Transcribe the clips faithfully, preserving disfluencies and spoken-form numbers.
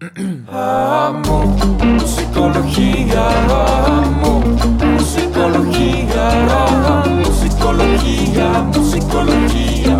Amo musicología, amo musicología, amo musicología, musicología,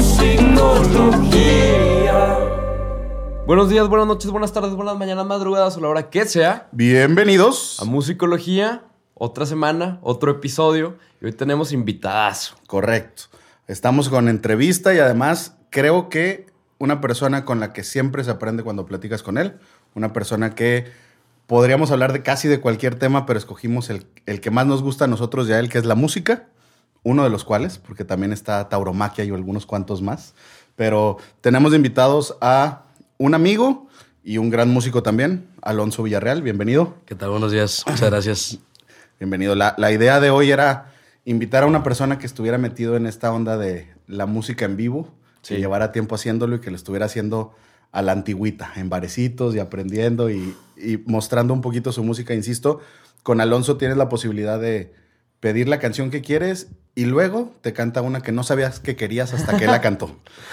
musicología. Buenos días, buenas noches, buenas tardes, buenas mañanas, madrugadas o la hora que sea. Bienvenidos A Musicología, otra semana, otro episodio. Y hoy tenemos invitadazo. Correcto. Estamos con entrevista y además creo que una persona con la que siempre se aprende cuando platicas con él. Una persona que podríamos hablar de casi de cualquier tema, pero escogimos el, el que más nos gusta a nosotros y a él, que es la música. Uno de los cuales, porque también está Tauromaquia y algunos cuantos más. Pero tenemos invitados a un amigo y un gran músico también, Alonso Villarreal. Bienvenido. ¿Qué tal? Buenos días. Muchas gracias. Bienvenido. La, la idea de hoy era invitar a una persona que estuviera metido en esta onda de la música en vivo, sí. Que llevara tiempo haciéndolo y que lo estuviera haciendo a la antigüita, en barecitos y aprendiendo y, y mostrando un poquito su música. Insisto, con Alonso tienes la posibilidad de pedir la canción que quieres y luego te canta una que no sabías que querías hasta que él la cantó.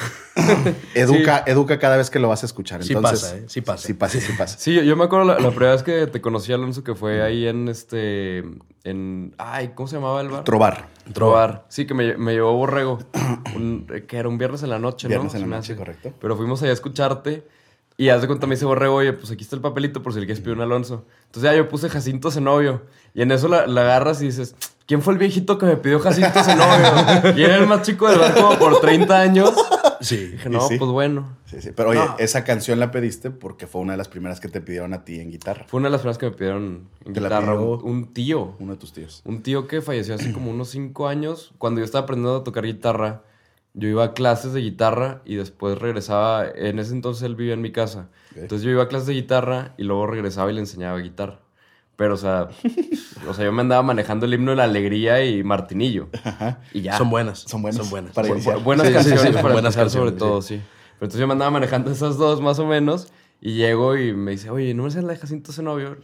educa, sí. educa cada vez que lo vas a escuchar. Entonces, sí pasa, ¿eh? Sí pasa. Sí pasa, sí pasa. Sí, yo, yo me acuerdo la, la primera vez que te conocí, Alonso, que fue ahí en este... en Ay, ¿cómo se llamaba el bar? Trobar. Trobar. Sí, que me, me llevó Borrego. Un, que era un viernes en la noche, viernes ¿no? Viernes en la noche, noche, correcto. Pero fuimos allá a escucharte y haz de cuenta me dice Borrego, oye, pues aquí está el papelito por si le quieres pedir un Alonso. Entonces ya yo puse Jacinto Zenobio. Y en eso la, la agarras y dices... ¿Quién fue el viejito que me pidió Jacinto Zenobio? Y era el más chico del bar como por treinta años. Sí. Dije, no, sí. pues bueno. Sí, sí. Pero oye, no. Esa canción la pediste porque fue una de las primeras que te pidieron a ti en guitarra. Fue una de las primeras que me pidieron en ¿Te la guitarra. pidió Un, un tío. Uno de tus tíos. Un tío que falleció hace como unos cinco años. Cuando yo estaba aprendiendo a tocar guitarra, yo iba a clases de guitarra y después regresaba. En ese entonces él vivía en mi casa. Okay. Entonces yo iba a clases de guitarra y luego regresaba y le enseñaba guitarra. Pero, o sea, o sea, yo me andaba manejando el himno de la alegría y Martinillo. Ajá. Y ya. Son buenas. Son buenas. Son buenas. Para Bu- iniciar. buenas Sí, canciones sí, sí, para buenas empezar, sobre canciones, todo, sí. Pero entonces yo me andaba manejando esas dos más o menos. Y llego y me dice, oye, ¿no me sabes la de Jacinto Zenobio?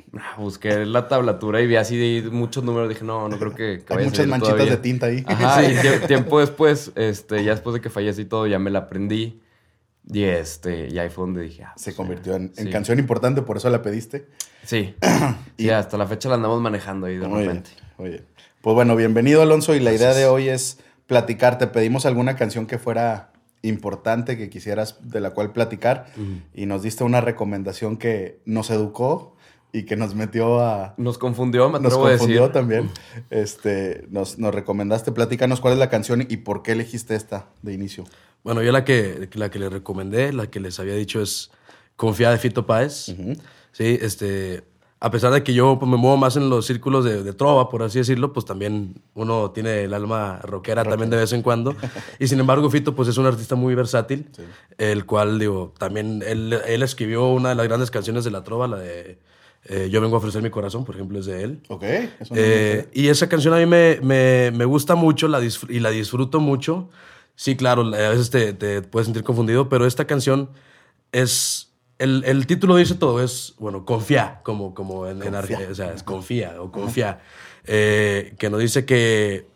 Busqué la tablatura y vi así de muchos números. Dije, no, no creo que, que Hay vaya a muchas salir manchitas todavía. de tinta ahí. Ajá, Sí. y tie- tiempo después, este, ya después de que fallece y todo, ya me la aprendí. Y este, y ahí fue donde dije... Ah, Se pues, convirtió en, en sí. canción importante, por eso la pediste. Sí. Y- Y hasta la fecha la andamos manejando ahí de Muy bien, repente. muy bien. Pues bueno, bienvenido, Alonso. Y la Gracias. idea de hoy es platicar. Te pedimos alguna canción que fuera importante, que quisieras, de la cual platicar. Uh-huh. Y nos diste una recomendación que nos educó y que nos metió a... Nos confundió, me Nos atrevo a confundió decir. también. Este, nos, nos recomendaste. Platícanos cuál es la canción y por qué elegiste esta de inicio. Bueno, yo la que, la que les recomendé, la que les había dicho es Confía de Fito Páez. Uh-huh. Sí, este... A pesar de que yo pues, me muevo más en los círculos de, de trova, por así decirlo, pues también uno tiene el alma rockera Rockera. también de vez en cuando. Y sin embargo, Fito pues es un artista muy versátil, Sí. el cual, digo, también él, él escribió una de las grandes canciones de la trova, la de eh, Yo vengo a ofrecer mi corazón, por ejemplo, es de él. Ok. Eso no Eh, me y esa canción a mí me, me, me gusta mucho la disfr- y la disfruto mucho. Sí, claro, a veces te, te puedes sentir confundido, pero esta canción es... El, el título dice todo, es, bueno, confía, como, como en, en Confía. Argentina, o sea, es confía o confía. Eh, que nos dice que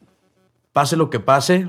pase lo que pase,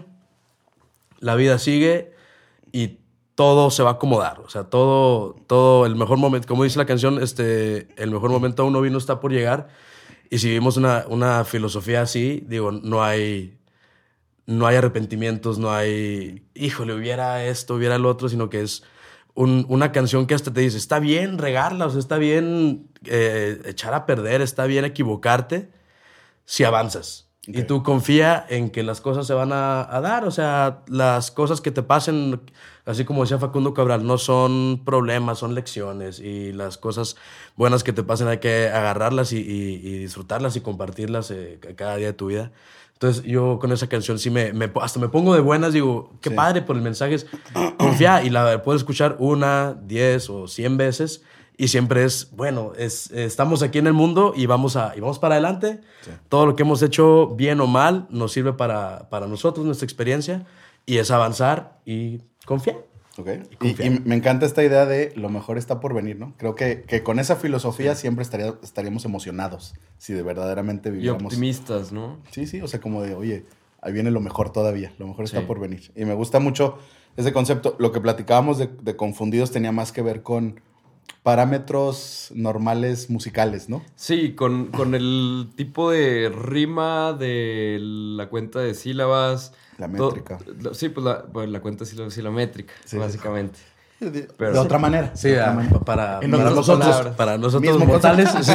la vida sigue y todo se va a acomodar. O sea, todo, todo, el mejor momento, como dice la canción, este, el mejor momento aún no vino, está por llegar. Y si vivimos una, una filosofía así, digo, no hay, no hay arrepentimientos, no hay, híjole, hubiera esto, hubiera lo otro, sino que es un, una canción que hasta te dice, está bien regarla, o sea, está bien eh, echar a perder, está bien equivocarte, si avanzas. Okay. Y tú confía en que las cosas se van a, a dar, o sea, las cosas que te pasen, así como decía Facundo Cabral, no son problemas, son lecciones, y las cosas buenas que te pasen hay que agarrarlas y, y, y disfrutarlas y compartirlas eh, cada día de tu vida. Entonces yo con esa canción sí me, me hasta me pongo de buenas, digo, qué Sí. padre por el mensaje, es confía, y la puedo escuchar una, diez o cien veces. Y siempre es, bueno, es, estamos aquí en el mundo y vamos, a, y vamos para adelante. Sí. Todo lo que hemos hecho, bien o mal, nos sirve para, para nosotros, nuestra experiencia. Y es avanzar y confiar. Okay. Y, y, y me encanta esta idea de lo mejor está por venir, ¿no? Creo que, que con esa filosofía sí. siempre estaría, estaríamos emocionados si de verdaderamente viviéramos. Y optimistas, ¿no? Sí, sí, o sea, como de, oye, ahí viene lo mejor todavía, lo mejor está Sí. por venir. Y me gusta mucho ese concepto. Lo que platicábamos de, de Confundidos tenía más que ver con parámetros normales musicales, ¿no? Sí, con, con el tipo de rima de la cuenta de sílabas. La to- métrica. lo- sí, pues la, pues la cuenta de sílabas y la métrica, Sí, sí, básicamente. De, Pero- de otra manera. Sí, de otra a- manera. para, En para otras nosotros, palabras. para nosotros Mismo mortales. sí.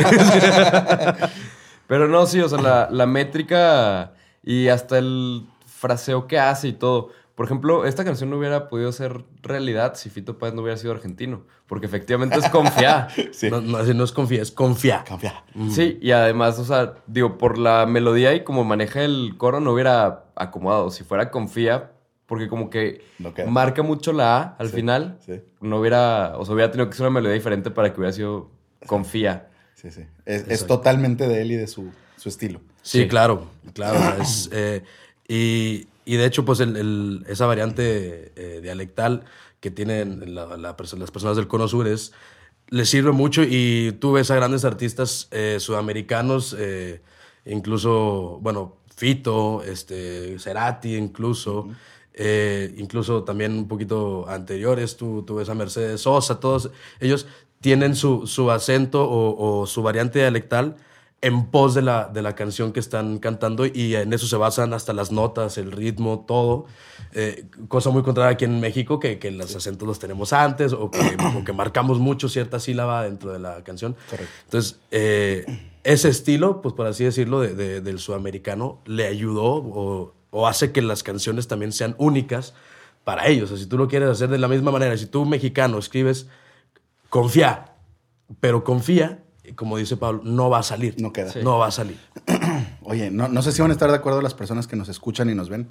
Pero no, sí, o sea, la, la métrica y hasta el fraseo que hace y todo. Por ejemplo, esta canción no hubiera podido ser realidad si Fito Páez no hubiera sido argentino. Porque efectivamente es confiar. Sí. No, no, así no es confía, es confía. Confía. Sí, y además, o sea, digo, por la melodía y como maneja el coro no hubiera acomodado. Si fuera confía, porque como que No queda. marca mucho la A al Sí, final, sí. no hubiera, o sea, hubiera tenido que ser una melodía diferente para que hubiera sido confía. Sí, sí. Es, es Exacto. totalmente de él y de su, su estilo. Sí, Sí. claro, claro. es, eh, y, y de hecho, pues el- el- esa variante eh, dialectal que tienen la- la perso- las personas del Cono Sur es, les sirve mucho y tú ves a grandes artistas eh, sudamericanos, eh, incluso, bueno, Fito, este, Cerati incluso, eh, incluso también un poquito anteriores, tú, tú ves a Mercedes Sosa, todos ellos tienen su, su acento o, o su variante dialectal en pos de la, de la canción que están cantando y en eso se basan hasta las notas, el ritmo, todo. Eh, cosa muy contraria aquí en México, que, que los acentos los tenemos antes o que, o que marcamos mucho cierta sílaba dentro de la canción. Correcto. Entonces, eh, ese estilo, pues por así decirlo, de, de- del sudamericano le ayudó o, o hace que las canciones también sean únicas para ellos. O sea, si tú lo quieres hacer de la misma manera, si tú mexicano escribes confía, pero confía, como dice Pablo, no va a salir. No queda. Sí. No va a salir. Oye, no, no sé si van a estar de acuerdo las personas que nos escuchan y nos ven.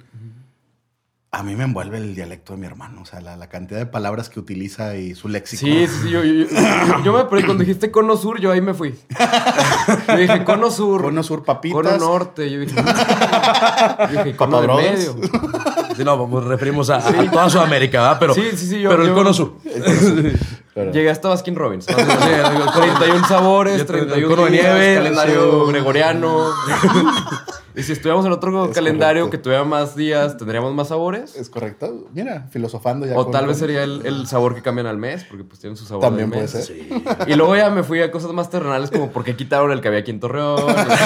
A mí me envuelve el dialecto de mi hermano. O sea, la, la cantidad de palabras que utiliza y su léxico. Sí, sí, sí, yo, yo, yo, yo me perdí cuando dijiste cono sur, yo ahí me fui. Yo dije cono sur. Cono sur, papitas. Cono norte. Yo dije, yo dije cono del Brothers. medio. Sí, no, pues referimos a, a toda Sudamérica, ¿verdad? Pero, Sí, sí, sí, yo- pero el yo- Cono Sur. Pero- Llegué hasta Baskin Robbins. treinta y uno sabores, Ya te- treinta y uno cono de días, nieve, calendario sí. gregoriano. Y si estuviéramos en otro Es calendario correcto. que tuviera más días, ¿tendríamos más sabores? Es correcto. Mira, filosofando ya. O con- tal vez con- sería el, el sabor que cambian al mes, porque pues tienen su sabor También del puede mes. ser. Sí. Y luego ya me fui a cosas más terrenales como por qué quitaron el que había aquí en Torreón.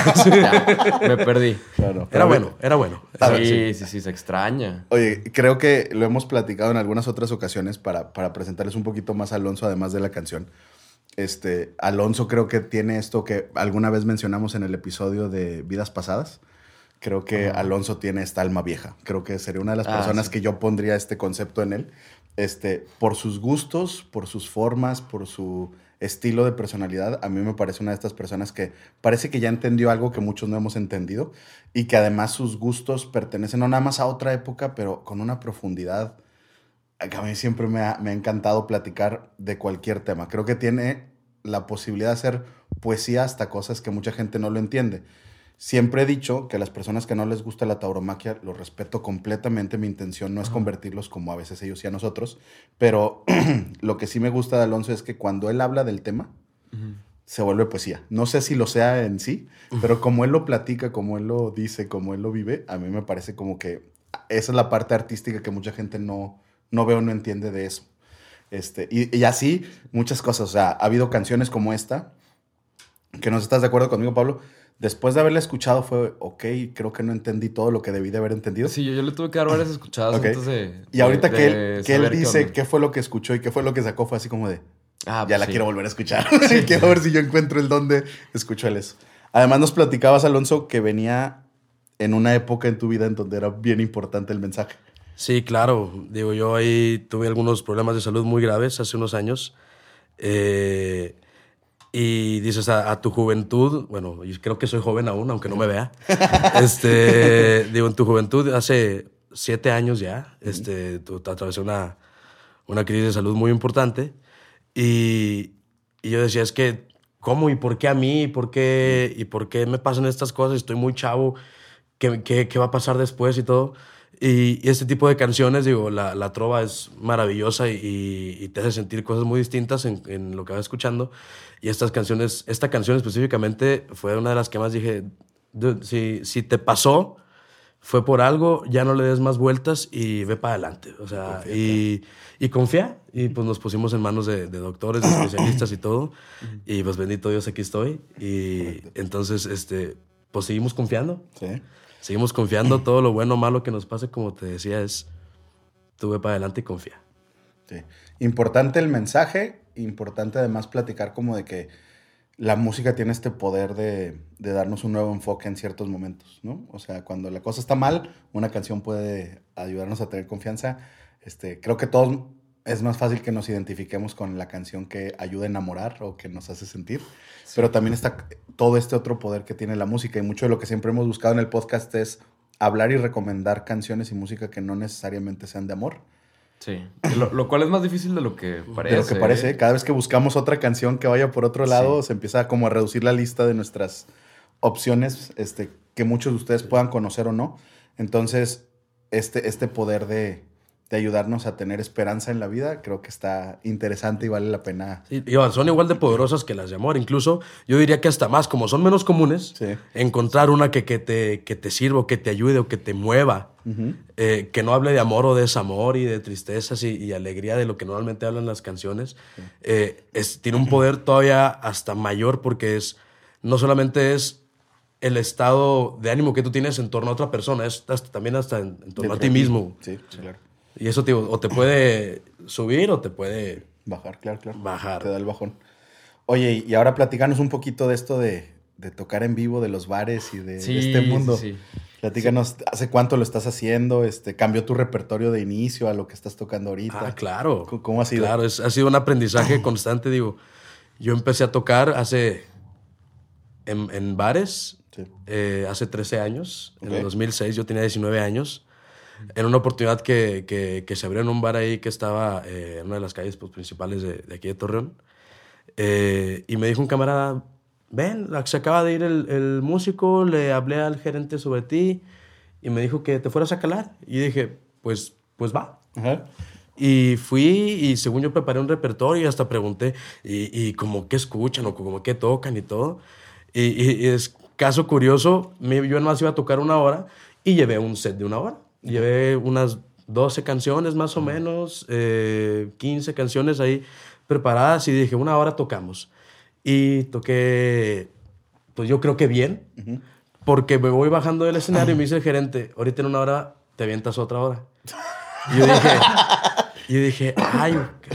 Ya, me perdí. Claro. Era bueno, era bueno. Sí, sí, sí, se extraña. Oye, creo que lo hemos platicado en algunas otras ocasiones para, para presentarles un poquito más a Alonso, además de la canción. Este, Alonso creo que tiene esto que alguna vez mencionamos en el episodio de Vidas Pasadas. Creo que Alonso tiene esta alma vieja. Creo que sería una de las Ah, personas sí. que yo pondría este concepto en él. Este, por sus gustos, por sus formas, por su estilo de personalidad, a mí me parece una de estas personas que parece que ya entendió algo que muchos no hemos entendido y que además sus gustos pertenecen no nada más a otra época, pero con una profundidad que a mí siempre me ha, me ha encantado platicar de cualquier tema. Creo que tiene la posibilidad de hacer poesía hasta cosas que mucha gente no lo entiende. Siempre he dicho que a las personas que no les gusta la tauromaquia los respeto completamente. Mi intención no es convertirlos como a veces ellos y a nosotros, pero lo que sí me gusta de Alonso es que cuando él habla del tema, se vuelve poesía. No sé si lo sea en sí, pero como él lo platica, como él lo dice, como él lo vive, a mí me parece como que esa es la parte artística que mucha gente no, no ve o no entiende de eso. Este, y, y así muchas cosas. O sea, ha habido canciones como esta, que no sé si estás de acuerdo conmigo, Pablo. Después de haberla escuchado fue, ok, creo que no entendí todo lo que debí de haber entendido. Sí, yo, yo le tuve que dar varias escuchadas Ok. antes de. Y ahorita de- que, él, de que él saber qué dice onda. qué fue lo que escuchó y qué fue lo que sacó, fue así como de, Ah, ya pues la sí. quiero volver a escuchar. Quiero ver si yo encuentro el dónde escucho él eso. Además nos platicabas, Alonso, que venía en una época en tu vida en donde era bien importante el mensaje. Sí, claro. Digo, yo ahí tuve algunos problemas de salud muy graves hace unos años. Eh, y dices a, a tu juventud, bueno, yo creo que soy joven aún, aunque no me vea. este, digo, en tu juventud, hace siete años ya, este, tú te atravesé una, una crisis de salud muy importante. Y, y yo decía, es que, ¿cómo y por qué a mí? ¿Y por qué, y por qué me pasan estas cosas? Estoy muy chavo. ¿Qué, qué, qué va a pasar después y todo? Y, y este tipo de canciones, digo, la, la trova es maravillosa y, y, y te hace sentir cosas muy distintas en, en lo que vas escuchando. Y estas canciones, esta canción específicamente fue una de las que más dije, "Dude, si, si te pasó, fue por algo, ya no le des más vueltas y ve para adelante. O sea, confía, y, y confía. Y pues nos pusimos en manos de, de doctores, de especialistas y todo. Y pues bendito Dios, aquí estoy. Y entonces, este, pues seguimos confiando. Sí. Seguimos confiando. Todo lo bueno o malo que nos pase, como te decía, es tú ve para adelante y confía. Sí. Importante el mensaje. Importante además platicar como de que la música tiene este poder de, de darnos un nuevo enfoque en ciertos momentos, ¿no? O sea, cuando la cosa está mal, una canción puede ayudarnos a tener confianza. Este, creo que todos es más fácil que nos identifiquemos con la canción que ayuda a enamorar o que nos hace sentir. Sí. Pero también está todo este otro poder que tiene la música. Y mucho de lo que siempre hemos buscado en el podcast es hablar y recomendar canciones y música que no necesariamente sean de amor. Sí, lo, lo cual es más difícil de lo que parece. De lo que parece. ¿eh? Cada vez que buscamos otra canción que vaya por otro lado, sí. se empieza como a reducir la lista de nuestras opciones, este, que muchos de ustedes puedan conocer o no. Entonces, este, este poder de, de ayudarnos a tener esperanza en la vida, creo que está interesante y vale la pena. Sí, son igual de poderosas que las de amor. Incluso yo diría que hasta más, como son menos comunes, sí. encontrar una que, que, te, que te sirva, o que te ayude o que te mueva. Uh-huh. Eh, que no hable de amor o desamor y de tristezas y, y alegría, de lo que normalmente hablan las canciones, sí. eh, es, tiene un poder todavía hasta mayor, porque es no solamente es el estado de ánimo que tú tienes en torno a otra persona, es hasta, también hasta en, en torno a ti mismo. Sí, sí, claro. Y eso te, o te puede subir o te puede bajar, claro, claro. Bajar. Te da el bajón. Oye, y ahora platícanos un poquito de esto de, de tocar en vivo, de los bares y de, sí, de este mundo. Sí, sí. Platícanos, sí. ¿hace cuánto lo estás haciendo? Este, ¿cambió tu repertorio de inicio a lo que estás tocando ahorita? Ah, claro. ¿Cómo, cómo ha sido? Claro, es, ha sido un aprendizaje constante, digo. Yo empecé a tocar hace... En, en bares, sí. eh, hace trece años. Okay. En el dos mil seis, yo tenía diecinueve años. En una oportunidad que, que, que se abrió en un bar ahí que estaba eh, en una de las calles pues, principales de, de aquí de Torreón. Eh, y me dijo un camarada... Ven, se acaba de ir el, el músico, le hablé al gerente sobre ti y me dijo que te fueras a calar. Y dije, pues, pues va. Ajá. Y fui y según yo preparé un repertorio y hasta pregunté, y, y como qué escuchan o como qué tocan y todo. Y, y, y es caso curioso, me, yo nomás iba a tocar una hora y llevé un set de una hora. Uh-huh. Llevé unas doce canciones más o menos, eh, quince canciones ahí preparadas y dije, una hora tocamos. Y toqué, pues yo creo que bien, uh-huh. porque me voy bajando del escenario y me dice el gerente, ahorita en una hora te avientas otra hora. Y yo dije, yo dije, ay,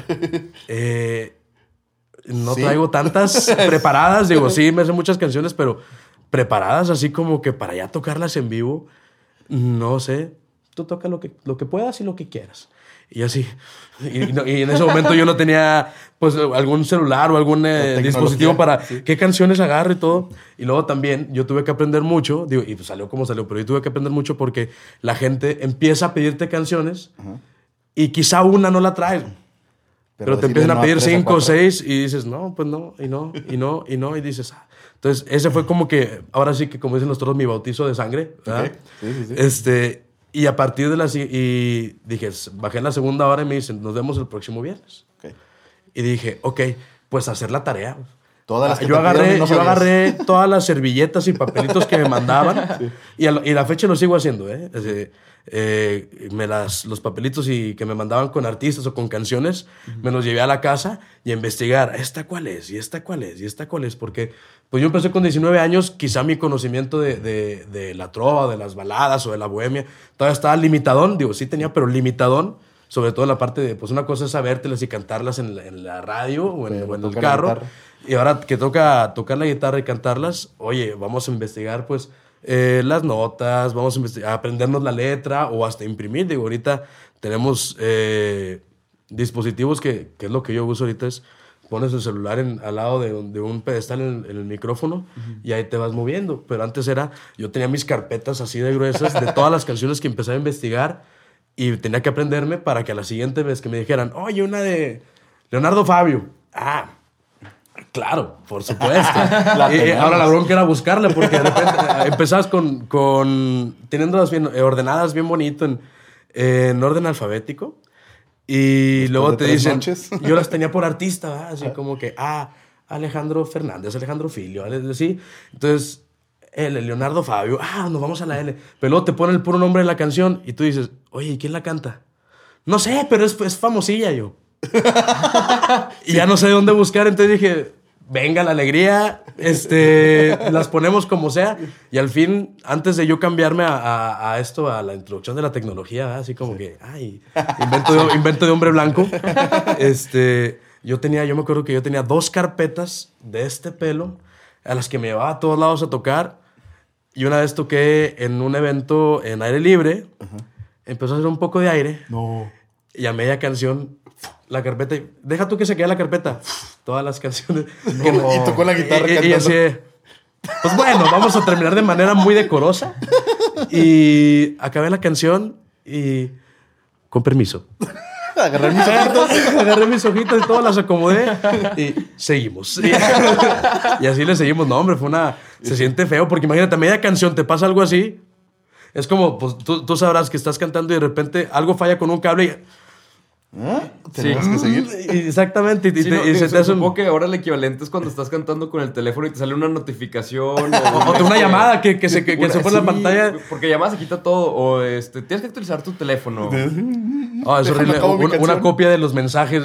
eh, no ¿Sí? traigo tantas preparadas. Digo, sí, me hacen muchas canciones, pero preparadas así como que para ya tocarlas en vivo, no sé. Tú toca lo que, lo que puedas y lo que quieras. Y así, y, y en ese momento yo no tenía pues algún celular o algún eh, dispositivo para sí. qué canciones agarro y todo. Y luego también yo tuve que aprender mucho, digo, y pues salió como salió, pero yo tuve que aprender mucho porque la gente empieza a pedirte canciones uh-huh. y quizá una no la traes. Pero, pero te empiezan no a pedir a cinco o seis y dices, no, pues no, y no, y no, y no, y dices, ah. Entonces ese fue como que, ahora sí que como dicen nosotros, mi bautizo de sangre, ¿verdad? Okay. Sí, sí, sí. Este... Y a partir de la... Y dije, bajé en la segunda hora y me dicen, nos vemos el próximo viernes. Okay. Y dije, ok, pues hacer la tarea. Todas las que yo agarré, no yo agarré todas las servilletas y papelitos que me mandaban. Sí. Y, a lo, y la fecha lo sigo haciendo, ¿eh? Así, eh me las, los papelitos y que me mandaban con artistas o con canciones, uh-huh. me los llevé a la casa y a investigar. ¿Esta cuál es? ¿Y esta cuál es? ¿Y esta cuál es? Porque pues yo empecé con diecinueve años, quizá mi conocimiento de, de, de la trova, de las baladas o de la bohemia, todavía estaba limitadón. Digo, sí tenía, pero limitadón. Sobre todo en la parte de, pues una cosa es sabértelas y cantarlas en la, en la radio o en, o en el carro. Y ahora que toca tocar la guitarra y cantarlas, oye, vamos a investigar pues eh, las notas, vamos a, investigar, a aprendernos la letra o hasta imprimir. Digo, ahorita tenemos eh, dispositivos que, que es lo que yo uso ahorita, es pones el celular en, al lado de, de un pedestal en, en el micrófono uh-huh. y ahí te vas moviendo. Pero antes era, yo tenía mis carpetas así de gruesas de todas las canciones que empecé a investigar y tenía que aprenderme para que a la siguiente vez que me dijeran, oye, una de Leonardo Fabio. Ah, claro, por supuesto. la y ahora la bronca era buscarla porque de repente empezabas con, con teniéndolas bien ordenadas, bien bonito, en, en orden alfabético. Y después luego te dicen, noches. Yo las tenía por artista, ¿verdad? Así como que, ah, Alejandro Fernández, Alejandro Filio, así. Entonces, L, Leonardo Fabio. Ah, nos vamos a la L. Pero luego te pone el puro nombre de la canción y tú dices, oye, ¿y quién la canta? No sé, pero es, es famosilla yo. Y ya no sé dónde buscar, entonces dije, venga la alegría, este, las ponemos como sea. Y al fin, antes de yo cambiarme a, a, a esto, a la introducción de la tecnología, ¿verdad? Así como sí. que, ay, invento de, invento de hombre blanco, este, yo tenía, yo me acuerdo que yo tenía dos carpetas de este pelo a las que me llevaba a todos lados a tocar. Y una vez toqué en un evento en aire libre, uh-huh. empezó a hacer un poco de aire. No. Y a media canción, la carpeta, y, deja tú que se quede la carpeta. Todas las canciones. No. Que, y tocó la guitarra y, cantando. Y así, pues bueno, vamos a terminar de manera muy decorosa. Y acabé la canción y con permiso. Agarré mis ojitos. Agarré mis ojitos y todas las acomodé y seguimos. Y, y así le seguimos. No, hombre, fue una... Se siente feo porque imagínate, a media canción te pasa algo así. Es como, pues tú, tú sabrás que estás cantando y de repente algo falla con un cable y... ¿Eh? Tenemos sí. que seguir. Exactamente. Y, sí, te, no, y se te hace supongo un... que ahora el equivalente es cuando estás cantando con el teléfono y te sale una notificación. O, o una, una llamada que, que se, que, que una, se pone sí, en la pantalla. Porque llamada se quita todo. O este, tienes que actualizar tu teléfono. Oh, es horrible. Una, una copia de los mensajes.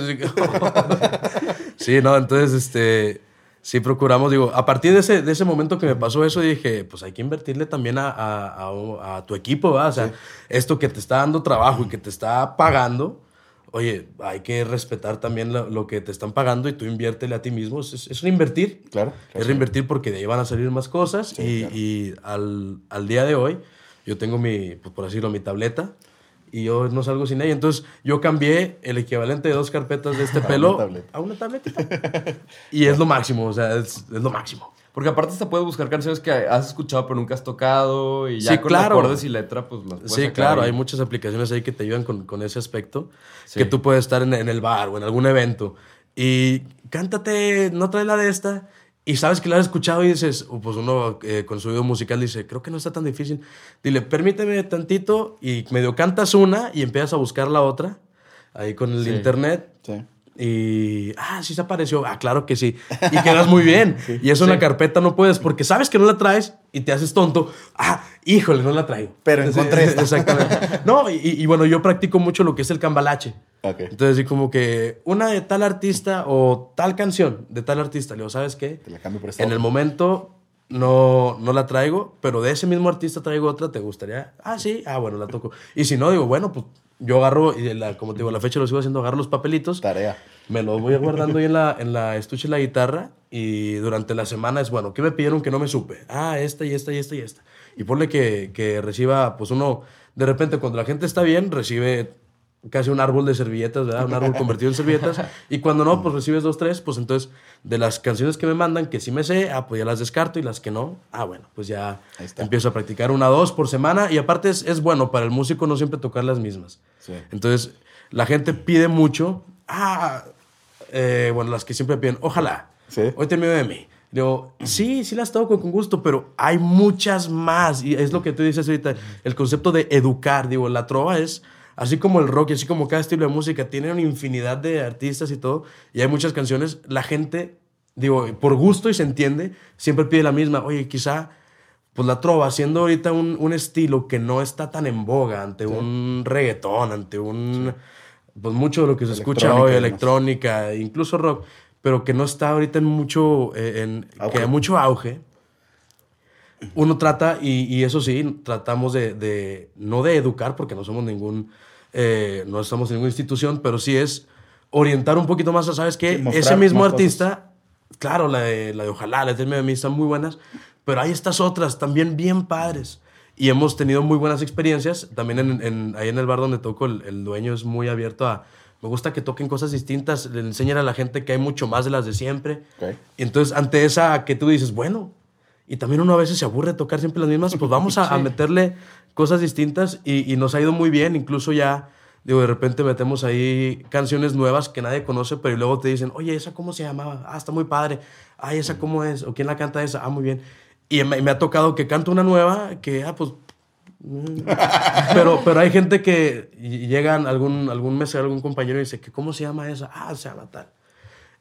Sí, no, entonces, este... Sí, procuramos, digo, a partir de ese, de ese momento que me pasó eso, dije, pues hay que invertirle también a, a, a, a tu equipo, ¿verdad? O sea, sí. esto que te está dando trabajo y que te está pagando, oye, hay que respetar también lo, lo que te están pagando y tú inviértele a ti mismo. Es, es un invertir. Claro. claro es reinvertir porque de ahí van a salir más cosas. Sí, y claro. y al, al día de hoy, yo tengo mi, pues por decirlo, mi tableta. Y yo no salgo sin ella. Entonces, yo cambié el equivalente de dos carpetas de este pelo a una, a una tabletita. Y es lo máximo, o sea, es, es lo máximo. Porque aparte hasta puedes buscar canciones que has escuchado pero nunca has tocado. Y ya sí, con claro. acordes y letra, pues las puedes Sí, sacar claro. ahí. Hay muchas aplicaciones ahí que te ayudan con, con ese aspecto. Sí. Que tú puedes estar en, en el bar o en algún evento. Y cántate, no traes la de esta... Y sabes que la has escuchado y dices, pues uno eh, con su oído musical dice, creo que no está tan difícil. Dile, permíteme tantito y medio cantas una y empiezas a buscar la otra ahí con el sí. internet. Sí. Y, ah, sí se apareció. Ah, claro que sí. Y quedas muy bien. Sí. Y eso sí. en la carpeta no puedes porque sabes que no la traes y te haces tonto. Ah, híjole, no la traigo. Pero encontré esta. Exactamente. No, y, y bueno, yo practico mucho lo que es el cambalache. Okay. Entonces, sí, como que una de tal artista o tal canción de tal artista. Le digo, ¿sabes qué? Te la cambio por esta en otra. el momento no, no la traigo, pero de ese mismo artista traigo otra. ¿Te gustaría? Ah, sí. Ah, bueno, la toco. Y si no, digo, bueno, pues yo agarro, y la, como te digo, la fecha lo sigo haciendo, agarro los papelitos. Tarea. Me los voy guardando ahí en la, en la estuche de la guitarra y durante la semana es, bueno, ¿qué me pidieron que no me supe? Ah, esta y esta y esta y esta. Y ponle que, que reciba, pues uno, de repente cuando la gente está bien, recibe casi un árbol de servilletas, ¿verdad? Un árbol convertido en servilletas. Y cuando no, pues recibes dos, tres. Pues entonces, de las canciones que me mandan, que sí me sé, ah, pues ya las descarto. Y las que no, ah, bueno, pues ya empiezo a practicar una, dos por semana. Y aparte es, es bueno para el músico no siempre tocar las mismas. Sí. Entonces, la gente pide mucho. Ah, eh, bueno, las que siempre piden, ojalá, ¿sí? Hoy te envío de mí. Digo, sí, sí las toco con gusto, pero hay muchas más. Y es lo que tú dices ahorita, el concepto de educar. Digo, la trova es... Así como el rock y así como cada estilo de música tiene una infinidad de artistas y todo, y hay muchas canciones, la gente, digo, por gusto y se entiende, siempre pide la misma. Oye, quizá, pues la trova, siendo ahorita un, un estilo que no está tan en boga ante sí. un reggaetón, ante un... Sí. Pues mucho de lo que se escucha hoy, electrónica, incluso rock, pero que no está ahorita en mucho, eh, en, que hay mucho auge. Uno trata, y, y eso sí, tratamos de, de, no de educar, porque no somos ningún, eh, no estamos en ninguna institución, pero sí es orientar un poquito más a, ¿sabes qué? Sí, ese mismo artista, cosas. Claro, la de, la de Ojalá, la de Medio de mí están muy buenas, pero hay estas otras también bien padres. Y hemos tenido muy buenas experiencias. También en, en, ahí en el bar donde toco, el, el dueño es muy abierto a... Me gusta que toquen cosas distintas, le enseñan a la gente que hay mucho más de las de siempre. Okay. Y entonces, ante esa que tú dices, bueno... Y también uno a veces se aburre de tocar siempre las mismas, pues vamos a, sí. a meterle cosas distintas y, y nos ha ido muy bien. Incluso ya, digo, de repente metemos ahí canciones nuevas que nadie conoce, pero luego te dicen, oye, ¿esa cómo se llamaba? Ah, está muy padre. Ay, ¿esa cómo es? ¿O quién la canta esa? Ah, muy bien. Y me, me ha tocado que canto una nueva que, ah, pues... pero, pero hay gente que llegan algún, algún mes, algún compañero y dice, ¿cómo se llama esa? Ah, se llama tal.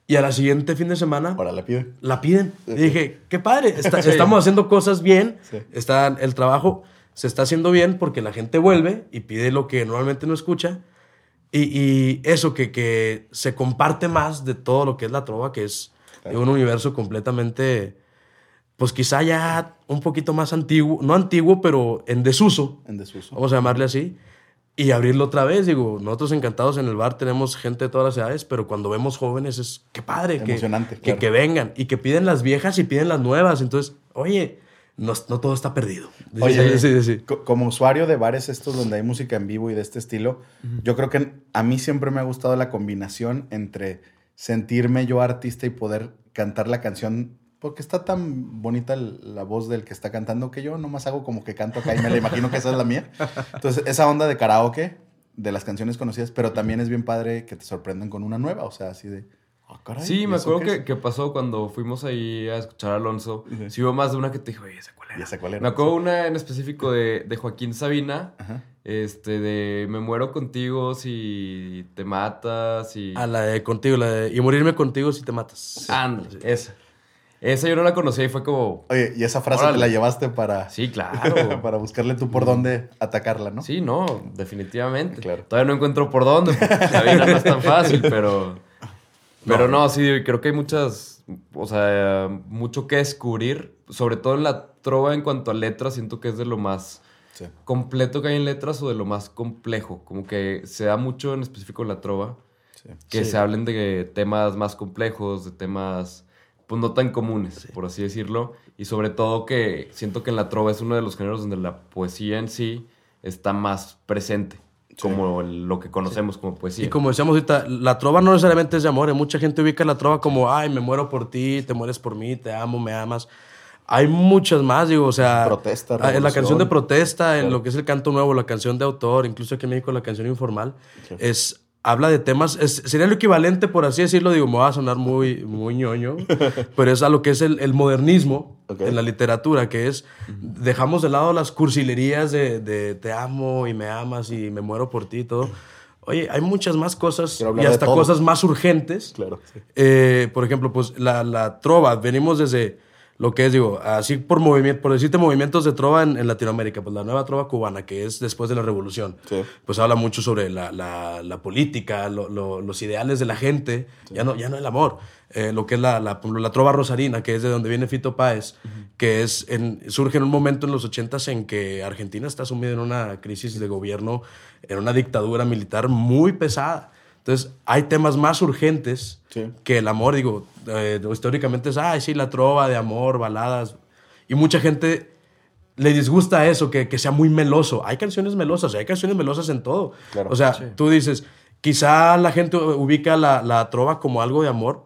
Y a la siguiente fin de semana... Ahora la piden. La piden. Y dije, qué padre, está, sí. estamos haciendo cosas bien, sí. está el trabajo se está haciendo bien porque la gente vuelve y pide lo que normalmente no escucha. Y, y eso que, que se comparte más de todo lo que es la trova, que es claro. un universo completamente, pues quizá ya un poquito más antiguo, no antiguo, pero en desuso. En desuso. Vamos a llamarle así. Y abrirlo otra vez, digo, nosotros encantados en el bar tenemos gente de todas las edades, pero cuando vemos jóvenes es, qué padre, emocionante, que, claro. que, que vengan y que piden las viejas y piden las nuevas. Entonces, oye, no, no todo está perdido. Oye, sí, sí, sí. Como usuario de bares estos donde hay música en vivo y de este estilo, uh-huh. yo creo que a mí siempre me ha gustado la combinación entre sentirme yo artista y poder cantar la canción, porque está tan bonita la voz del que está cantando que yo nomás hago como que canto acá y me la imagino que esa es la mía. Entonces, esa onda de karaoke, de las canciones conocidas, pero también es bien padre que te sorprendan con una nueva, o sea, así de... Oh, caray, sí, me acuerdo que, que pasó cuando fuimos ahí a escuchar a Alonso. Sí, sí hubo más de una que te dijo, oye, ¿esa cuál era? ¿Esa cuál era? Me acuerdo una en específico de, de Joaquín Sabina, ajá. este, de Me muero contigo si te matas y... Ah, la de contigo, la de y morirme contigo si te matas. Sí. Ándale, esa. Esa yo no la conocía y fue como... Oye, y esa frase órale. Te la llevaste para... Sí, claro. para buscarle tú por dónde atacarla, ¿no? Sí, no, definitivamente. Claro. Todavía no encuentro por dónde, porque Sabina no es tan fácil, pero... Pero no. no, sí, creo que hay muchas... O sea, mucho que descubrir. Sobre todo en la trova en cuanto a letras, siento que es de lo más sí. completo que hay en letras o de lo más complejo. Como que se da mucho en específico en la trova. Sí. Que sí. se hablen de temas más complejos, de temas... pues no tan comunes, sí. por así decirlo. Y sobre todo que siento que en la trova es uno de los géneros donde la poesía en sí está más presente. Sí. Como el, lo que conocemos sí. como poesía. Y como decíamos ahorita, la trova no necesariamente es de amor. Mucha gente ubica la trova como, ay, me muero por ti, te mueres por mí, te amo, me amas. Hay muchas más, digo, o sea... Protesta, en la canción de protesta, claro. en lo que es el canto nuevo, la canción de autor, incluso aquí en México la canción informal, sí. es... habla de temas, es, sería lo equivalente, por así decirlo, digo, me va a sonar muy, muy ñoño, pero es a lo que es el, el modernismo okay. en la literatura, que es, dejamos de lado las cursilerías de, de te amo y me amas y me muero por ti y todo. Oye, hay muchas más cosas y hasta cosas más urgentes. Claro. Sí. Eh, por ejemplo, pues la, la trova, venimos desde... lo que es, digo, así por movimiento, por decirte movimientos de trova en, en Latinoamérica, pues la nueva trova cubana, que es después de la revolución, sí. pues habla mucho sobre la, la, la política, lo, lo, los ideales de la gente, sí. ya, no, ya no el amor. Eh, lo que es la, la, la trova rosarina, que es de donde viene Fito Páez, uh-huh. que es en, surge en un momento en los ochentas en que Argentina está sumida en una crisis de gobierno, en una dictadura militar muy pesada. Entonces, hay temas más urgentes sí. que el amor. Digo, eh, históricamente es, ay, sí, la trova de amor, baladas. Y mucha gente le disgusta eso, que, que sea muy meloso. Hay canciones melosas, hay canciones melosas en todo. Claro. O sea, sí. tú dices, quizá la gente ubica la, la trova como algo de amor,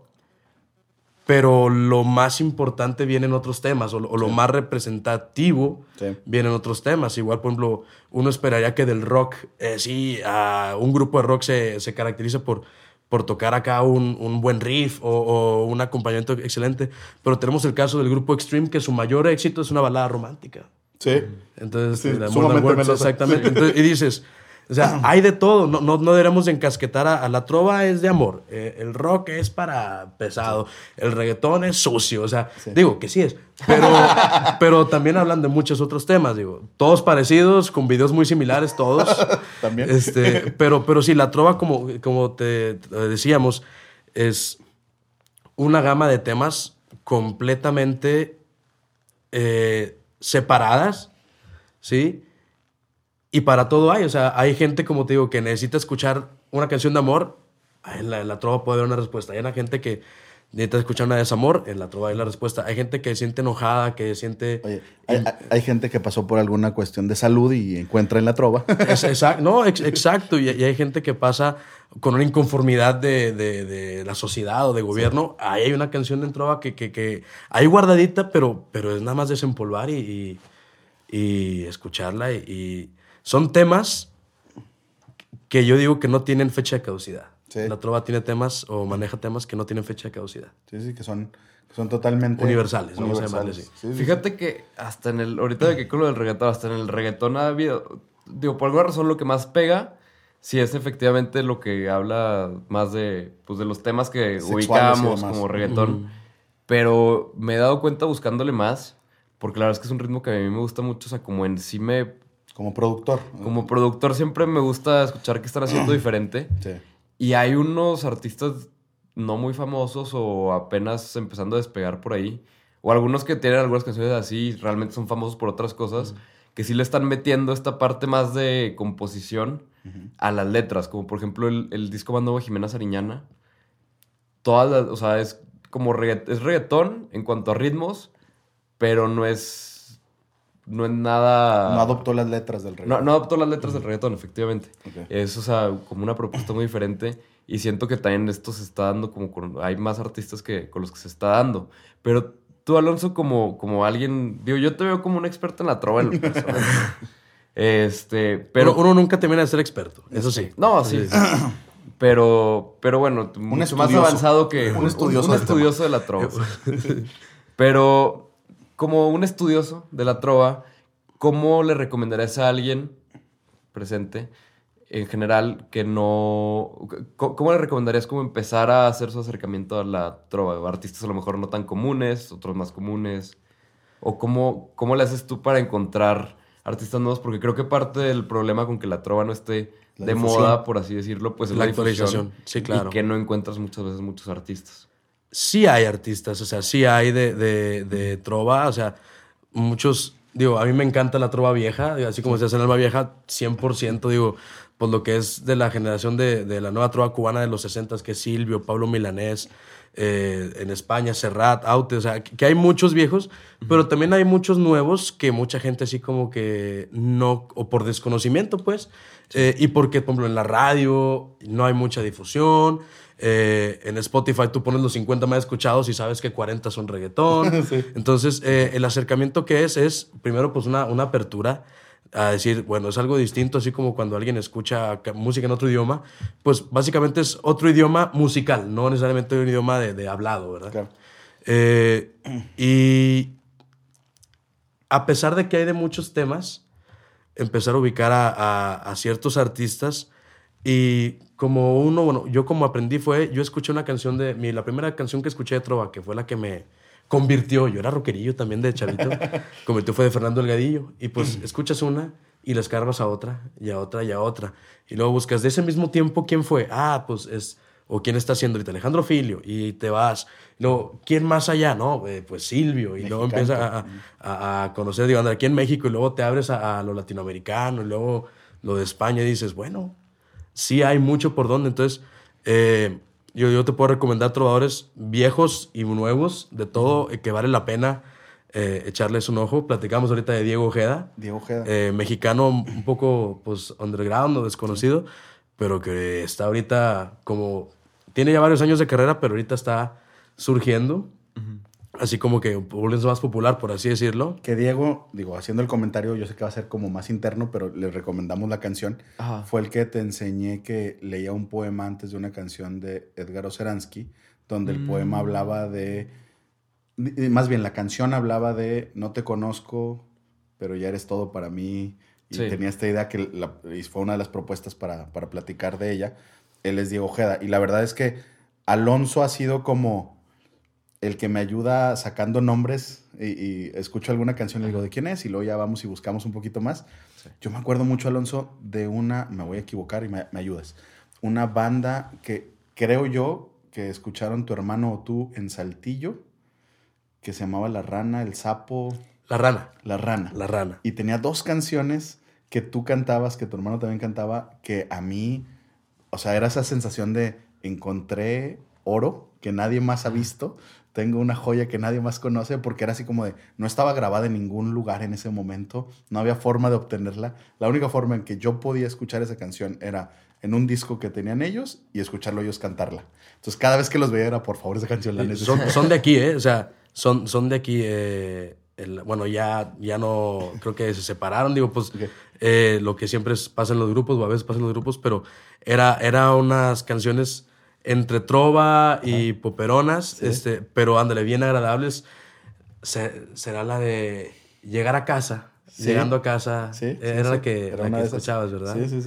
pero lo más importante viene en otros temas, o, o lo sí. más representativo sí. viene en otros temas. Igual, por ejemplo, uno esperaría que del rock, eh, sí, uh, un grupo de rock se, se caracteriza por, por tocar acá un, un buen riff o, o un acompañamiento excelente, pero tenemos el caso del grupo Extreme, que su mayor éxito es una balada romántica. Sí. Entonces, sí, la Words, exactamente. Sí. Entonces, y dices... O sea, hay de todo. No, no, no deberemos encasquetar a, a la trova es de amor. Eh, el rock es para pesado. El reggaetón es sucio. O sea, sí. digo que sí es. Pero, pero también hablan de muchos otros temas. Digo, todos parecidos, con videos muy similares, todos. También. Este, pero, pero sí, la trova, como, como te, te decíamos, es una gama de temas completamente eh, separadas, ¿sí? Y para todo hay, o sea, hay gente, como te digo, que necesita escuchar una canción de amor, en la, en la trova puede haber una respuesta. Hay una gente que necesita escuchar una de desamor, en la trova hay la respuesta. Hay gente que se siente enojada, que siente... Oye, hay, hay gente que pasó por alguna cuestión de salud y encuentra en la trova. Es, exacto, no, ex, exacto. Y, y hay gente que pasa con una inconformidad de, de, de la sociedad o de gobierno. Sí. Ahí hay una canción en trova que, que, que hay guardadita, pero, pero es nada más desempolvar y, y, y escucharla y... y son temas que yo digo que no tienen fecha de caducidad. Sí. La trova tiene temas o maneja temas que no tienen fecha de caducidad. Sí, sí, que son, que son totalmente... Universales, vamos a llamarle así. Sí, sí, Fíjate sí. que hasta en el... Ahorita de que con lo del reggaetón, hasta en el reggaetón ha habido... Digo, por alguna razón lo que más pega sí es efectivamente lo que habla más de, pues, de los temas que Sexuales y ubicábamos demás. como reggaetón. Mm. Pero me he dado cuenta buscándole más, porque la verdad es que es un ritmo que a mí me gusta mucho. O sea, como en sí me... Como productor. Como productor siempre me gusta escuchar qué están haciendo diferente. Sí. Y hay unos artistas no muy famosos o apenas empezando a despegar por ahí. O algunos que tienen algunas canciones así, realmente son famosos por otras cosas, uh-huh. que sí le están metiendo esta parte más de composición uh-huh. a las letras. Como por ejemplo el, el disco más nuevo de Jimena Sariñana. Todas las, o sea, es como regga- es reggaetón en cuanto a ritmos, pero no es, no es nada... No adoptó las letras del reggaetón. No, no adoptó las letras uh-huh. del reggaetón, efectivamente. Okay. Es, o sea, como una propuesta muy diferente. Y siento que también esto se está dando como... Con, hay más artistas que con los que se está dando. Pero tú, Alonso, como, como alguien... Digo, yo te veo como un experto en la trova en lo personal. este, pero... Uno, uno nunca termina de ser experto, eso sí. No, sí. sí. Pero, pero bueno, un mucho más avanzado que... Un estudioso, un, un estudioso de la trova. Pero como un estudioso de la trova, ¿cómo le recomendarías a alguien presente... en general, que no... ¿Cómo le recomendarías como empezar a hacer su acercamiento a la trova? Artistas a lo mejor no tan comunes, otros más comunes. ¿O cómo, cómo le haces tú para encontrar artistas nuevos? Porque creo que parte del problema con que la trova no esté la de difusión. moda, por así decirlo, pues es la la actualización. difusión. Sí, claro. Y que no encuentras muchas veces muchos artistas. Sí hay artistas, o sea, sí hay de, de, de trova, o sea, muchos... Digo, a mí me encanta la trova vieja, así como se hace en Alma Vieja, cien por ciento, digo... pues lo que es de la generación de, de la nueva trova cubana de los sesentas, que es Silvio, Pablo Milanés, eh, en España, Serrat, Aute, o sea, que, que hay muchos viejos, uh-huh. pero también hay muchos nuevos que mucha gente así como que no, o por desconocimiento, pues, sí. eh, y porque, por ejemplo, en la radio no hay mucha difusión, eh, en Spotify tú pones los cincuenta más escuchados y sabes que cuarenta son reggaetón, sí. Entonces, eh, el acercamiento que es, es primero pues una, una apertura, a decir, bueno, es algo distinto, así como cuando alguien escucha música en otro idioma, pues básicamente es otro idioma musical, no necesariamente un idioma de, de hablado, ¿verdad? Claro. Eh, y a pesar de que hay de muchos temas, empezar a ubicar a, a, a ciertos artistas y como uno, bueno, yo como aprendí fue, yo escuché una canción de, mi, la primera canción que escuché de trova, que fue la que me... convirtió, yo era rockerillo también de chavito, convirtió fue de Fernando Delgadillo, y pues escuchas una y la escarbas a otra, y a otra, y a otra, y luego buscas de ese mismo tiempo quién fue, ah, pues es, o quién está haciendo ahorita, Alejandro Filio, y te vas, y luego, ¿quién más allá? No, eh, pues Silvio, y Mexicano. Luego empiezas a, a, a conocer, digo, anda, aquí en México, y luego te abres a, a lo latinoamericano, y luego lo de España, y dices, bueno, sí hay mucho por donde, entonces, eh, Yo, yo te puedo recomendar trovadores viejos y nuevos, de todo, eh, que vale la pena eh, echarles un ojo. Platicamos ahorita de Diego Ojeda. Diego Ojeda. Eh, mexicano un poco pues, underground o desconocido, sí. pero que está ahorita como... Tiene ya varios años de carrera, pero ahorita está surgiendo. Uh-huh. Así como que volviéndose más popular, por así decirlo. Que Diego, digo, haciendo el comentario, yo sé que va a ser como más interno, pero le recomendamos la canción. Ajá. Fue el que te enseñé que leía un poema antes de una canción de Edgar Oceransky, donde mm. el poema hablaba de... Más bien, la canción hablaba de no te conozco, pero ya eres todo para mí. Y sí. tenía esta idea que la, y fue una de las propuestas para, para platicar de ella. Él es Diego Ojeda. Y la verdad es que Alonso ha sido como... el que me ayuda sacando nombres y, y escucho alguna canción y le digo, ¿de quién es? Y luego ya vamos y buscamos un poquito más. Sí. Yo me acuerdo mucho, Alonso, de una, me voy a equivocar y me, me ayudas, una banda que creo yo que escucharon tu hermano o tú en Saltillo, que se llamaba La Rana, El Sapo. La Rana. La Rana. La Rana. Y tenía dos canciones que tú cantabas, que tu hermano también cantaba, que a mí, o sea, era esa sensación de encontré oro que nadie más ha visto. Tengo una joya que nadie más conoce, porque era así como de... No estaba grabada en ningún lugar en ese momento. No había forma de obtenerla. La única forma en que yo podía escuchar esa canción era en un disco que tenían ellos y escucharlo ellos cantarla. Entonces, cada vez que los veía era, por favor, esa canción la necesito. Son, son de aquí, ¿eh? O sea, son, son de aquí. Eh, el, bueno, ya, ya no... Creo que se separaron. Digo, pues... Okay. Eh, lo que siempre pasa en los grupos, o a veces pasa en los grupos, pero era, era unas canciones... entre trova y Ajá. poperonas, ¿sí? este, pero ándale, bien agradables. Se, será la de llegar a casa, ¿sí? Llegando a casa. ¿Sí? Era sí, la que, era la que escuchabas, ¿verdad? Sí, sí, sí.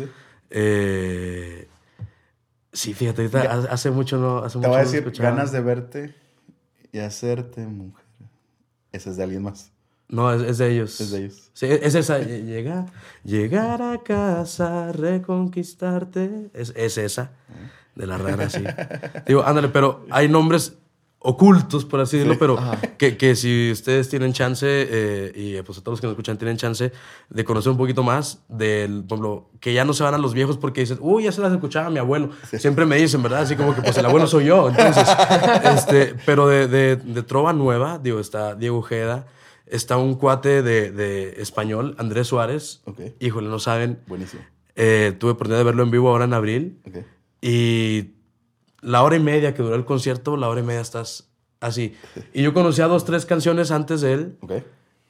Eh, sí, fíjate, ahorita Ya. hace mucho no hace Te mucho voy a no decir, escuchaba. ganas de verte y hacerte mujer. Ese es de alguien más. No, es, es de ellos. Es de ellos. Sí, es esa. ll- Llega, llegar a casa, reconquistarte. Es, es esa. De la rara, sí. Digo, ándale, pero hay nombres ocultos, por así decirlo, pero que, que si ustedes tienen chance, eh, y pues a todos los que nos escuchan tienen chance de conocer un poquito más del, por ejemplo, que ya no se van a los viejos porque dicen, uy, ya se las escuchaba mi abuelo. Siempre me dicen, ¿verdad? Así como que pues el abuelo soy yo. Entonces, este, pero de, de, de trova nueva, digo, está Diego Ojeda, está un cuate de, de español, Andrés Suárez. Ok. Híjole, no saben. Buenísimo. Eh, tuve oportunidad de verlo en vivo ahora en abril. Ok. Y la hora y media que duró el concierto, la hora y media estás así. Y yo conocía dos, tres canciones antes de él Ok.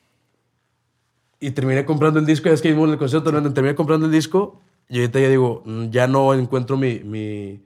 y terminé comprando el disco. Ya es que vimos en el concierto, ¿no? Terminé comprando el disco y ahorita ya digo, mm, ya no encuentro mi, mi,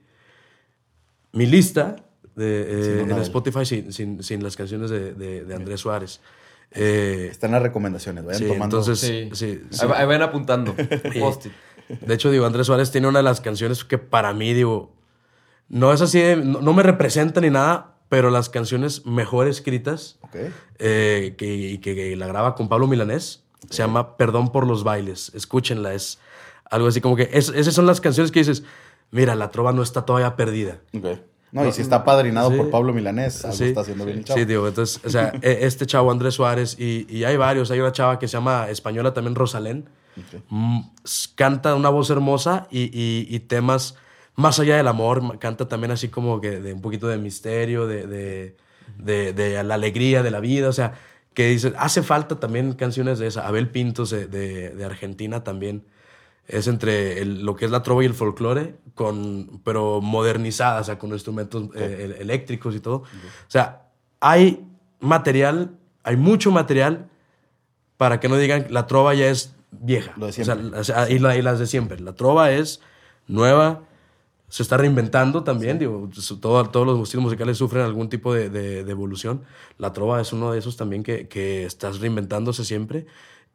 mi lista de, eh, Sin una en de él. Spotify sin, sin, sin las canciones de, de, de Andrés Suárez. Eh, Están las recomendaciones. Vayan sí, tomando. entonces, Sí. sí, sí. Ahí, va- ahí van apuntando. Post-it. De hecho, digo, Andrés Suárez tiene una de las canciones que para mí, digo, no es así, de- no, no me representa ni nada, pero las canciones mejor escritas, Ok. eh, que, y que, que la graba con Pablo Milanés, se llama Perdón por los bailes. Escúchenla, es algo así como que es- esas son las canciones que dices, mira, la trova no está todavía perdida. Ok. No, y si está padrinado Sí. por Pablo Milanés, algo Sí. está haciendo bien el chavo. Sí, digo, entonces, o sea, e- este chavo Andrés Suárez y, y hay varios, hay una chava que se llama española también, Rosalén, Ok. mm, s- canta una voz hermosa y, y- y temas más allá del amor, ma- canta también así como que de un poquito de misterio, de, de, de- de la alegría de la vida, o sea, que dice, hace falta también canciones de esa. Abel Pintos de, de- de Argentina también es entre el- lo que es la trova y el folclore, con, pero modernizada, o sea, con instrumentos eh, el- eléctricos y todo. O sea, hay material, hay mucho material para que no digan la trova ya es vieja. Lo de O sea, siempre. o sea, y, la- y las de siempre. La trova es nueva, se está reinventando también. Digo, su- todo- todos los estilos musicales sufren algún tipo de, de- de evolución. La trova es uno de esos también que, que estás reinventándose siempre.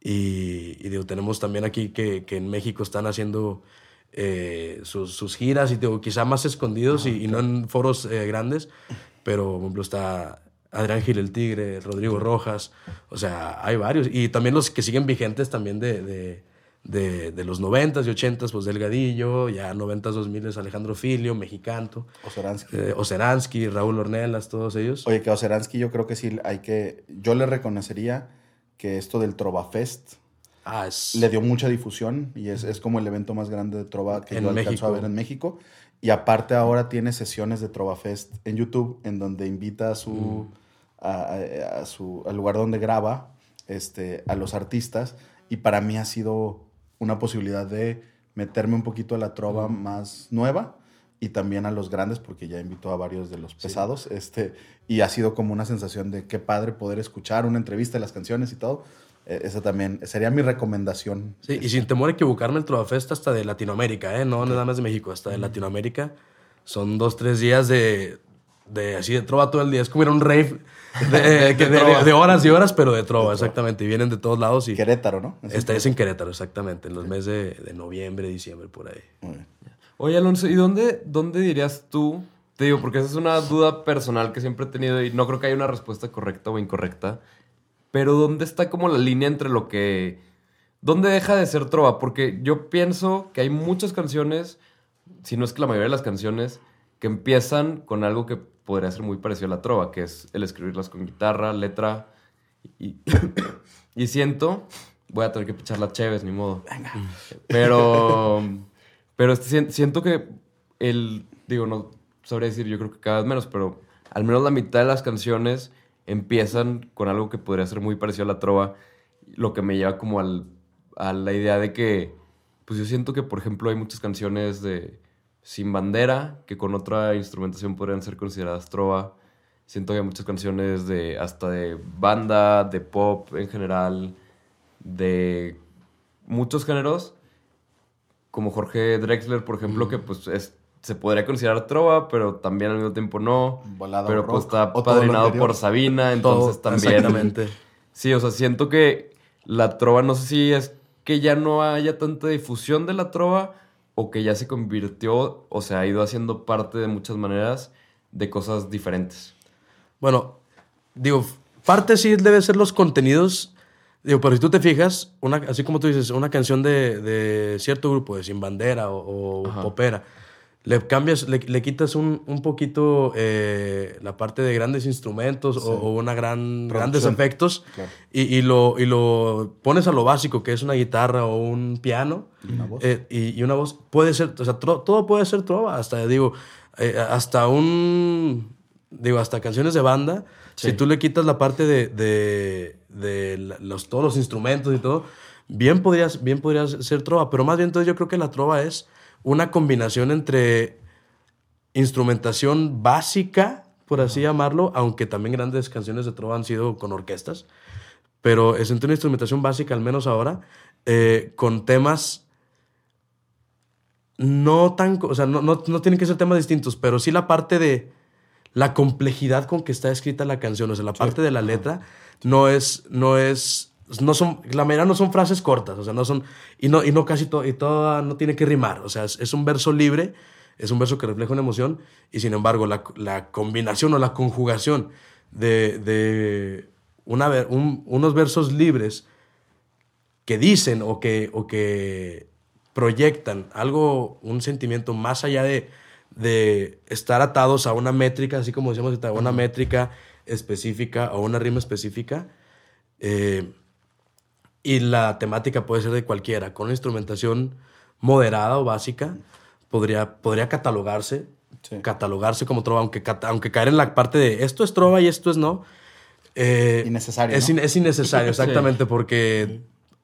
Y, y digo, tenemos también aquí que, que en México están haciendo eh, sus, sus giras, y digo, quizá más escondidos y, y no en foros eh, grandes, pero por ejemplo está Adrián Gil el Tigre, Rodrigo Rojas, o sea, hay varios. Y también los que siguen vigentes también de, de, de, de los noventas y ochentas, pues Delgadillo, ya noventas, dos miles, Alejandro Filio, Mexicanto, Oceransky. eh, Oceransky, Raúl Ornelas, todos ellos. Oye, que a Oceransky yo creo que sí hay que... Yo le reconocería que esto del Trova Fest Ah, es... le dio mucha difusión y es, es como el evento más grande de Trova que En yo alcanzo México. a ver en México. Y aparte ahora tiene sesiones de Trova Fest en YouTube en donde invita a su, Mm. a, a- a su al lugar donde graba este, a los artistas. Y para mí ha sido una posibilidad de meterme un poquito a la trova Mm. más nueva y también a los grandes porque ya invitó a varios de los pesados. Este, y ha sido como una sensación de qué padre poder escuchar una entrevista de las canciones y todo. Eh, esa también sería mi recomendación. Sí, y sin temor a equivocarme, el Trovafest hasta de Latinoamérica, ¿eh? No nada más de México, hasta de Latinoamérica. Son dos, tres días de, de así de trova todo el día. Es como ir a un rave de, que de- de- de horas y horas, pero de trova, exactamente. Y vienen de todos lados. Y Querétaro, ¿no? Es esta es en Querétaro, exactamente, en los meses de, de noviembre, diciembre, por ahí. Muy bien. Oye, Alonso, ¿y dónde, dónde dirías tú? Te digo, porque esa es una duda personal que siempre he tenido y no creo que haya una respuesta correcta o incorrecta. Pero ¿dónde está como la línea entre lo que... ¿Dónde deja de ser trova? Porque yo pienso que hay muchas canciones, si no es que la mayoría de las canciones, que empiezan con algo que podría ser muy parecido a la trova, que es el escribirlas con guitarra, letra. Y, y siento... Voy a tener que pichar las cheves, ni modo. Pero... Pero este, sien- siento que el... Digo, no sabría decir, yo creo que cada vez menos, pero al menos la mitad de las canciones empiezan con algo que podría ser muy parecido a la trova, lo que me lleva como al, a la idea de que, pues yo siento que, por ejemplo, hay muchas canciones de Sin Bandera, que con otra instrumentación podrían ser consideradas trova. Siento que hay muchas canciones de hasta de banda, de pop en general, de muchos géneros, como Jorge Drexler, por ejemplo, que pues es, se podría considerar trova, pero también al mismo tiempo no. Balada pero rock, pues está o todo lo padrinado anterior. por Sabina, entonces Todo, también... exactamente. Sí, o sea, siento que la trova, no sé si es que ya no haya tanta difusión de la trova o que ya se convirtió o se ha ido haciendo parte de muchas maneras de cosas diferentes? Bueno, digo, parte sí debe ser los contenidos. Digo, pero si tú te fijas, una, así como tú dices, una canción de, de cierto grupo, de Sin Bandera o, o popera, le cambias, le, le quitas un, un poquito eh, la parte de grandes instrumentos sí. o, o una gran, grandes efectos claro. y, y, lo, y lo pones a lo básico, que es una guitarra o un piano y una voz. Eh, y, y una voz. Puede ser, o sea, tro, todo puede ser trova, hasta, digo, eh, hasta un, digo, hasta canciones de banda. Sí. Si tú le quitas la parte de, de, de los, todos los instrumentos y todo, bien podrías, bien podrías ser trova, pero más bien entonces yo creo que la trova es una combinación entre instrumentación básica, por así uh-huh. llamarlo, aunque también grandes canciones de trova han sido con orquestas, pero es entre una instrumentación básica, al menos ahora, eh, con temas no tan, o sea, no, no, no tienen que ser temas distintos, pero sí la parte de la complejidad con que está escrita la canción, o sea, la sí. parte de la letra no es, no es, no son, la mayoría no son frases cortas, o sea, no son, y no, y no casi todo, y toda no tiene que rimar, o sea, es, es un verso libre, es un verso que refleja una emoción, y sin embargo, la, la combinación o la conjugación de, de una, un, unos versos libres que dicen o que, o que proyectan algo, un sentimiento más allá de de estar atados a una métrica, así como decíamos, a una uh-huh. métrica específica o una rima específica. Eh, y la temática puede ser de cualquiera. Con una instrumentación moderada o básica, podría, podría catalogarse, sí. catalogarse como trova, aunque, aunque caer en la parte de esto es trova y esto es no. Eh, innecesario, es, ¿no? in, es innecesario, exactamente, sí. porque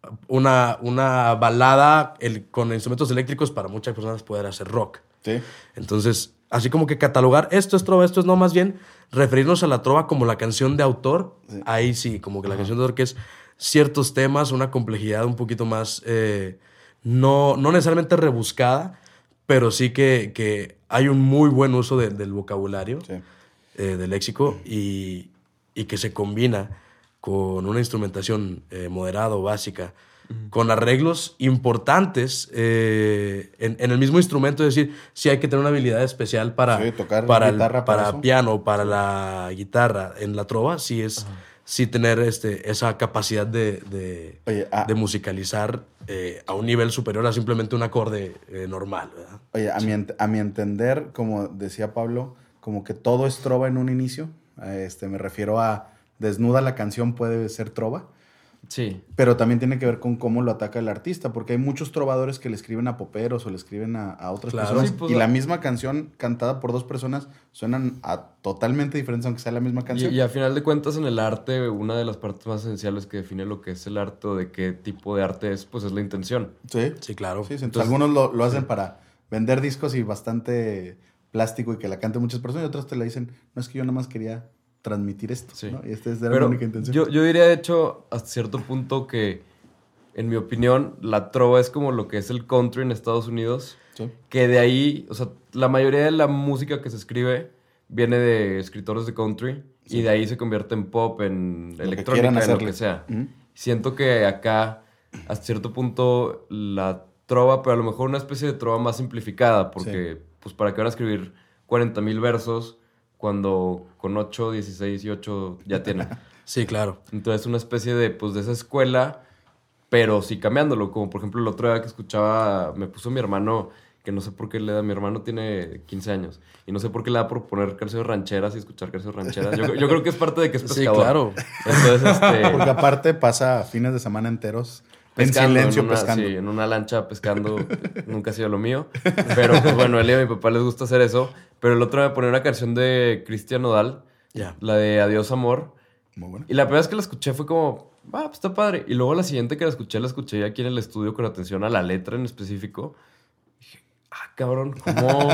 una, una balada el, con instrumentos eléctricos para muchas personas puede hacer rock. Sí. Entonces, así como que catalogar esto es trova, esto es no, más bien referirnos a la trova como la canción de autor. Sí. Ahí sí, como que la Ajá. canción de autor que es ciertos temas, una complejidad un poquito más, eh, no, no necesariamente rebuscada, pero sí que, que hay un muy buen uso de, del vocabulario, sí. eh, del léxico, y, y que se combina con una instrumentación eh, moderada o básica, con arreglos importantes eh, en, en el mismo instrumento. Es decir, sí hay que tener una habilidad especial para, sí, tocar para, guitarra, el, para, para piano, para la guitarra. En la trova sí es sí tener este, esa capacidad de, de, Oye, ah, de musicalizar eh, a un nivel superior a simplemente un acorde eh, normal, ¿verdad? Oye, a, sí. mi, a mi entender, como decía Pablo, como que todo es trova en un inicio. Este, me refiero a desnuda la canción puede ser trova. Sí. Pero también tiene que ver con cómo lo ataca el artista, porque hay muchos trovadores que le escriben a poperos o le escriben a, a otras claro. personas. Sí, pues, y la misma canción cantada por dos personas suenan a totalmente diferentes, aunque sea la misma canción. Y, y a final de cuentas, en el arte, una de las partes más esenciales que define lo que es el arte o de qué tipo de arte es, pues es la intención. Sí, sí, claro. Sí, entonces, algunos lo, lo hacen sí. para vender discos y bastante plástico y que la canten muchas personas, y otros te la dicen, no, es que yo nada más quería transmitir esto, sí. ¿no? Y esta es de la única intención. Yo, yo diría, de hecho, hasta cierto punto que, en mi opinión, la trova es como lo que es el country en Estados Unidos. Sí. Que de ahí, o sea, la mayoría de la música que se escribe viene de escritores de country sí. y de ahí se convierte en pop, en lo electrónica, en lo que sea. Uh-huh. Siento que acá, hasta cierto punto, la trova, pero a lo mejor una especie de trova más simplificada, porque, sí. pues, ¿para qué van a escribir cuarenta mil versos cuando con ocho, dieciséis y ocho ya tienen? Sí, claro. Entonces, una especie de, pues, de esa escuela, pero sí cambiándolo. Como, por ejemplo, el otro día que escuchaba, me puso mi hermano, que no sé por qué le da, mi hermano tiene quince años, y no sé por qué le da por poner canciones rancheras y escuchar canciones rancheras. Yo, yo creo que es parte de que es pescador. Sí, claro. Entonces, este... Porque aparte pasa fines de semana enteros pescando, en silencio en una, pescando. Sí, en una lancha pescando. Nunca ha sido lo mío. Pero, pues, bueno, él y a mi papá les gusta hacer eso. Pero el otro me ponía una canción de Cristian Nodal, yeah. la de Adiós Amor. Muy bueno. Y la primera vez que la escuché fue como, ah, pues está padre. Y luego la siguiente que la escuché, la escuché aquí en el estudio con atención a la letra en específico. Dije, ah, cabrón, ¿cómo?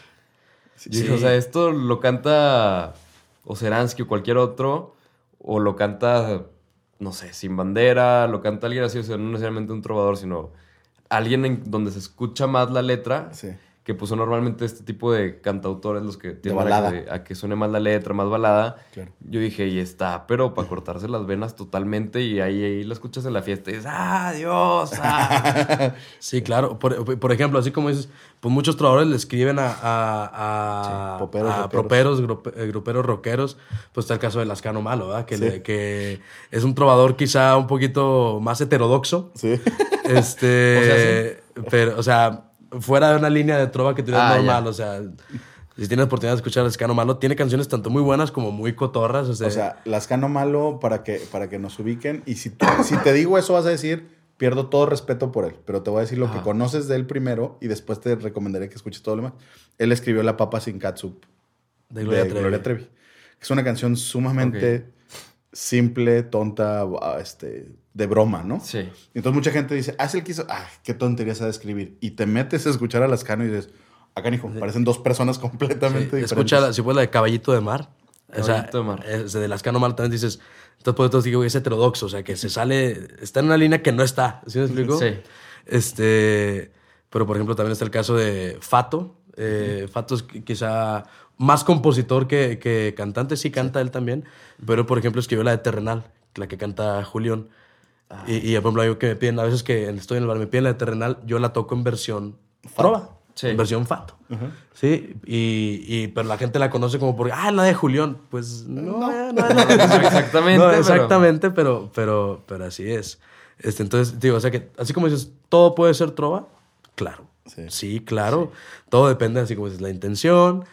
sí, y dije, sí. o sea, esto lo canta Oceransky o cualquier otro, o lo canta, no sé, Sin Bandera, lo canta alguien así, o sea, no necesariamente un trovador, sino alguien en donde se escucha más la letra. Sí. que pues son normalmente este tipo de cantautores los que tienden a balada. que, a que suene más la letra, más balada. Claro. Yo dije, y está, pero para cortarse las venas totalmente y ahí, ahí la escuchas en la fiesta y dices, ¡ah, Dios! Ah". Sí, claro. Por, por ejemplo, así como dices, pues muchos trovadores le escriben a, a, a, Sí, poperos, a rockeros. properos, grupe- eh, gruperos rockeros. Pues está el caso de Lascano Malo, ¿verdad? Que, Sí. le- que es un trovador quizá un poquito más heterodoxo. Sí. Este, O sea, pero, o sea, fuera de una línea de trova que tú eres Ah, normal, ya. o sea, si tienes oportunidad de escuchar a Lascano Malo, tiene canciones tanto muy buenas como muy cotorras. O sea, O sea, Lascano Malo para que, para que nos ubiquen. Y si, tú- si te digo eso, vas a decir, pierdo todo respeto por él. Pero te voy a decir lo que Ajá. conoces de él primero y después te recomendaré que escuches todo lo demás. Él escribió La Papa Sin Catsup de Gloria Trevi. Trevi. Es una canción sumamente simple, tonta, ah, este, de broma, ¿no? Sí. Entonces mucha gente dice, ah, es el que hizo, ah, qué tontería sabe escribir. Y te metes a escuchar a Lascano y dices, acá, hijo, parecen dos personas completamente Sí, diferentes. escucha, la- si puedes, la de Caballito de Mar. O sea, Caballito de Mar. es de Lascano Malo también dices, entonces por eso digo que es heterodoxo, o sea, que se sale, está en una línea que no está, ¿sí me explico? Sí. Este, pero por ejemplo también está el caso de Fato. Eh, Fato es qui- quizá más compositor que, que cantante, sí canta él también, pero por ejemplo escribió la de Terrenal, la que canta Julián. Y, y por ejemplo, algo que me piden, a veces que estoy en el bar, me piden la de Terrenal, yo la toco en versión trova, Sí. en versión Fato. Sí, y, y, pero la gente la conoce como porque, ah, la de Julián. Pues no, no, no, no. Exactamente, No, pero- exactamente, pero, pero, pero así es. Este, entonces, digo, o sea que, así como dices, ¿todo puede ser trova? Claro. Sí. Sí, claro. Todo depende, así como dices, la intención,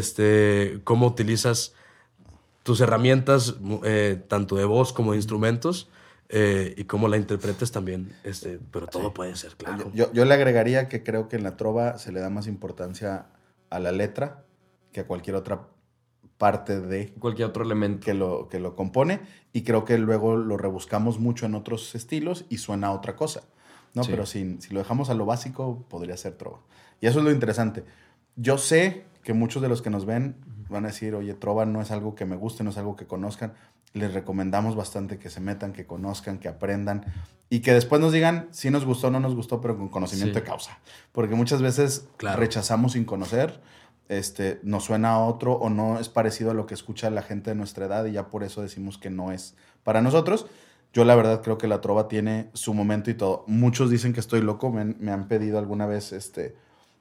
este, cómo utilizas tus herramientas, mu- eh, tanto de voz como de instrumentos, eh, y cómo la interpretes también. Este, pero todo puede ser, claro. Yo, yo le agregaría que creo que en la trova se le da más importancia a la letra que a cualquier otra parte de Cualquier otro elemento. que lo, que lo compone, y creo que luego lo rebuscamos mucho en otros estilos y suena a otra cosa, ¿no? Sí. Pero si, si lo dejamos a lo básico, podría ser trova. Y eso es lo interesante. Yo sé que muchos de los que nos ven van a decir, oye, trova no es algo que me guste, no es algo que conozcan. Les recomendamos bastante que se metan, que conozcan, que aprendan y que después nos digan si nos gustó o no nos gustó, pero con conocimiento Sí. de causa. Porque muchas veces Claro. rechazamos sin conocer, este, nos suena a otro o no es parecido a lo que escucha la gente de nuestra edad y ya por eso decimos que no es para nosotros. Yo la verdad creo que la trova tiene su momento y todo. Muchos dicen que estoy loco, me han, me han pedido alguna vez, este,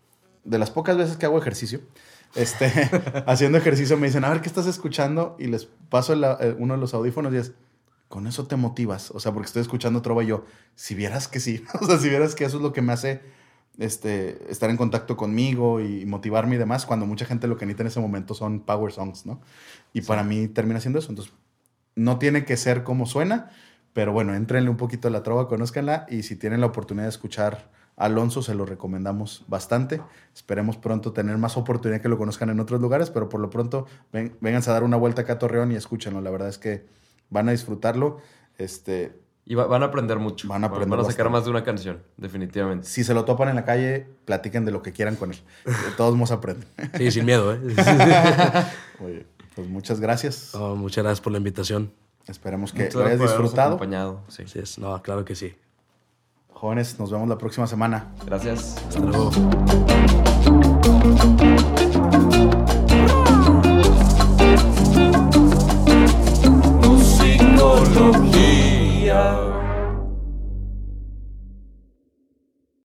de las pocas veces que hago ejercicio, este, haciendo ejercicio me dicen, a ver, ¿qué estás escuchando? Y les paso el- el- uno de los audífonos y es, con eso te motivas. O sea, porque estoy escuchando trova y yo, si vieras que sí, o sea, si vieras que eso es lo que me hace este, estar en contacto conmigo y motivarme y demás, cuando mucha gente lo que necesita en ese momento son power songs, ¿no? Y para mí termina siendo eso. Entonces, no tiene que ser como suena, pero bueno, entrenle un poquito a la trova, conózcanla y si tienen la oportunidad de escuchar a Alonso, se lo recomendamos bastante. Esperemos pronto tener más oportunidad que lo conozcan en otros lugares, pero por lo pronto ven, vénganse a dar una vuelta acá a Torreón y escúchenlo. La verdad es que van a disfrutarlo. Este, Y va- van a aprender mucho. Van a aprender Van a sacar bastante. más de una canción, definitivamente. si se lo topan en la calle, platiquen de lo que quieran con él. De todos modos aprenden. Sí, sin miedo, ¿eh? Oye, pues muchas gracias. No, muchas gracias por la invitación. Esperemos que Muchas lo gracias hayas por habernos disfrutado. acompañado. Sí. Así es. No, claro que sí. Jóvenes, nos vemos la próxima semana. Gracias. Hasta luego. Musicología.